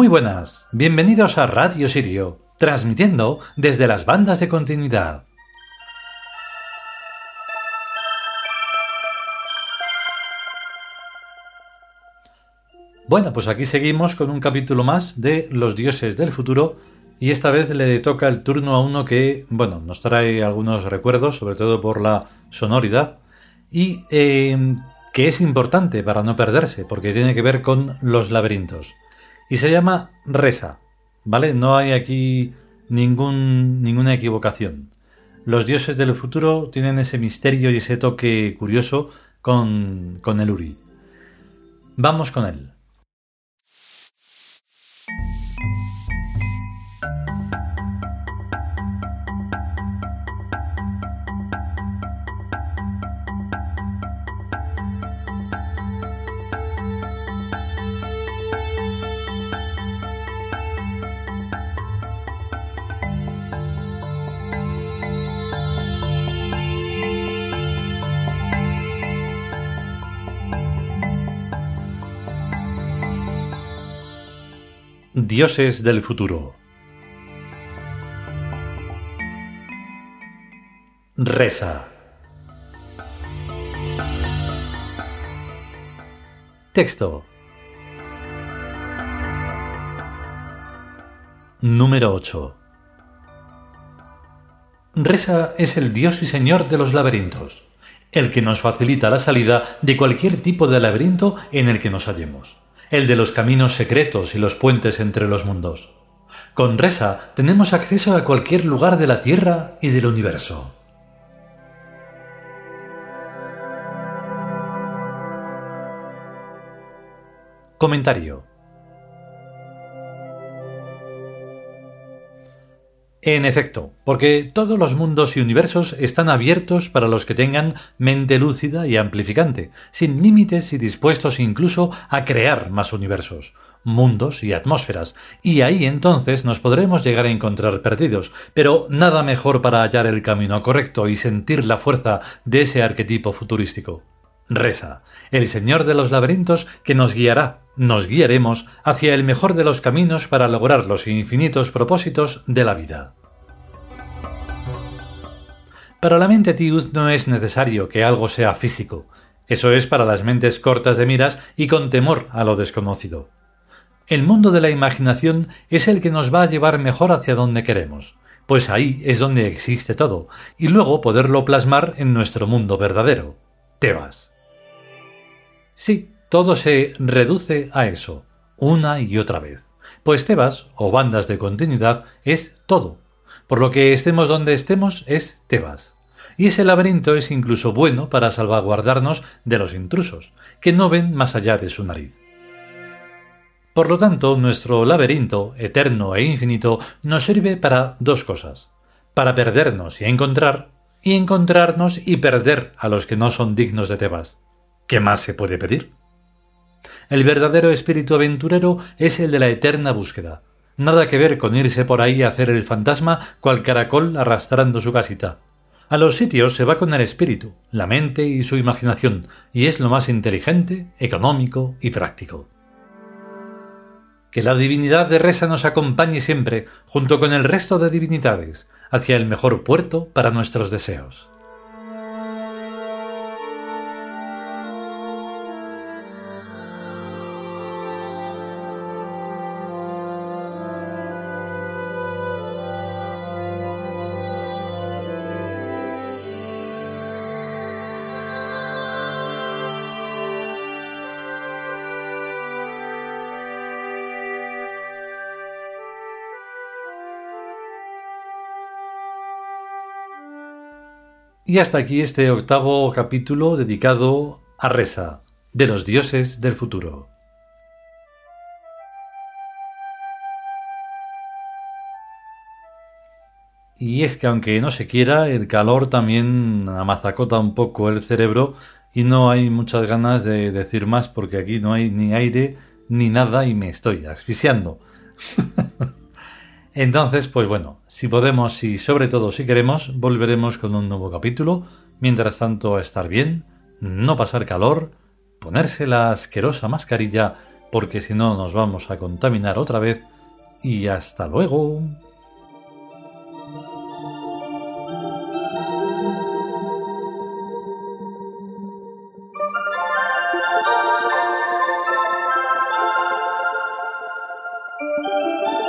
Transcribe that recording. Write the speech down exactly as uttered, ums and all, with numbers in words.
Muy buenas, bienvenidos a Radio Sirio, transmitiendo desde las bandas de continuidad. Bueno, pues aquí seguimos con un capítulo más de Los dioses del futuro y esta vez le toca el turno a uno que, bueno, nos trae algunos recuerdos, sobre todo por la sonoridad, y eh, que es importante para no perderse, porque tiene que ver con los laberintos. Y se llama Resa, ¿vale? No hay aquí ningún, ninguna equivocación. Los dioses del futuro tienen ese misterio y ese toque curioso con, con el Uri. Vamos con él. Dioses del futuro. Resa. Texto. Número ocho. Resa es el dios y señor de los laberintos, el que nos facilita la salida de cualquier tipo de laberinto en el que nos hallemos. El de los caminos secretos y los puentes entre los mundos. Con Resa tenemos acceso a cualquier lugar de la Tierra y del universo. Comentario. En efecto, porque todos los mundos y universos están abiertos para los que tengan mente lúcida y amplificante, sin límites y dispuestos incluso a crear más universos, mundos y atmósferas, y ahí entonces nos podremos llegar a encontrar perdidos, pero nada mejor para hallar el camino correcto y sentir la fuerza de ese arquetipo futurístico. Resa, el señor de los laberintos que nos guiará, nos guiaremos hacia el mejor de los caminos para lograr los infinitos propósitos de la vida. Para la mente Tiud no es necesario que algo sea físico. Eso es para las mentes cortas de miras y con temor a lo desconocido. El mundo de la imaginación es el que nos va a llevar mejor hacia donde queremos, pues ahí es donde existe todo, y luego poderlo plasmar en nuestro mundo verdadero, Tebas. Sí, todo se reduce a eso, una y otra vez, pues Tebas, o bandas de continuidad, es todo. Por lo que estemos donde estemos es Tebas. Y ese laberinto es incluso bueno para salvaguardarnos de los intrusos, que no ven más allá de su nariz. Por lo tanto, nuestro laberinto, eterno e infinito, nos sirve para dos cosas. Para perdernos y encontrar, y encontrarnos y perder a los que no son dignos de Tebas. ¿Qué más se puede pedir? El verdadero espíritu aventurero es el de la eterna búsqueda. Nada que ver con irse por ahí a hacer el fantasma cual caracol arrastrando su casita. A los sitios se va con el espíritu, la mente y su imaginación, y es lo más inteligente, económico y práctico. Que la divinidad de Resa nos acompañe siempre, junto con el resto de divinidades, hacia el mejor puerto para nuestros deseos. Y hasta aquí este octavo capítulo dedicado a Resa, de los dioses del futuro. Y es que aunque no se quiera, el calor también amazacota un poco el cerebro y no hay muchas ganas de decir más porque aquí no hay ni aire ni nada y me estoy asfixiando. Entonces, pues bueno, si podemos y sobre todo si queremos, volveremos con un nuevo capítulo. Mientras tanto, a estar bien, no pasar calor, ponerse la asquerosa mascarilla, porque si no nos vamos a contaminar otra vez. Y hasta luego. Thank you.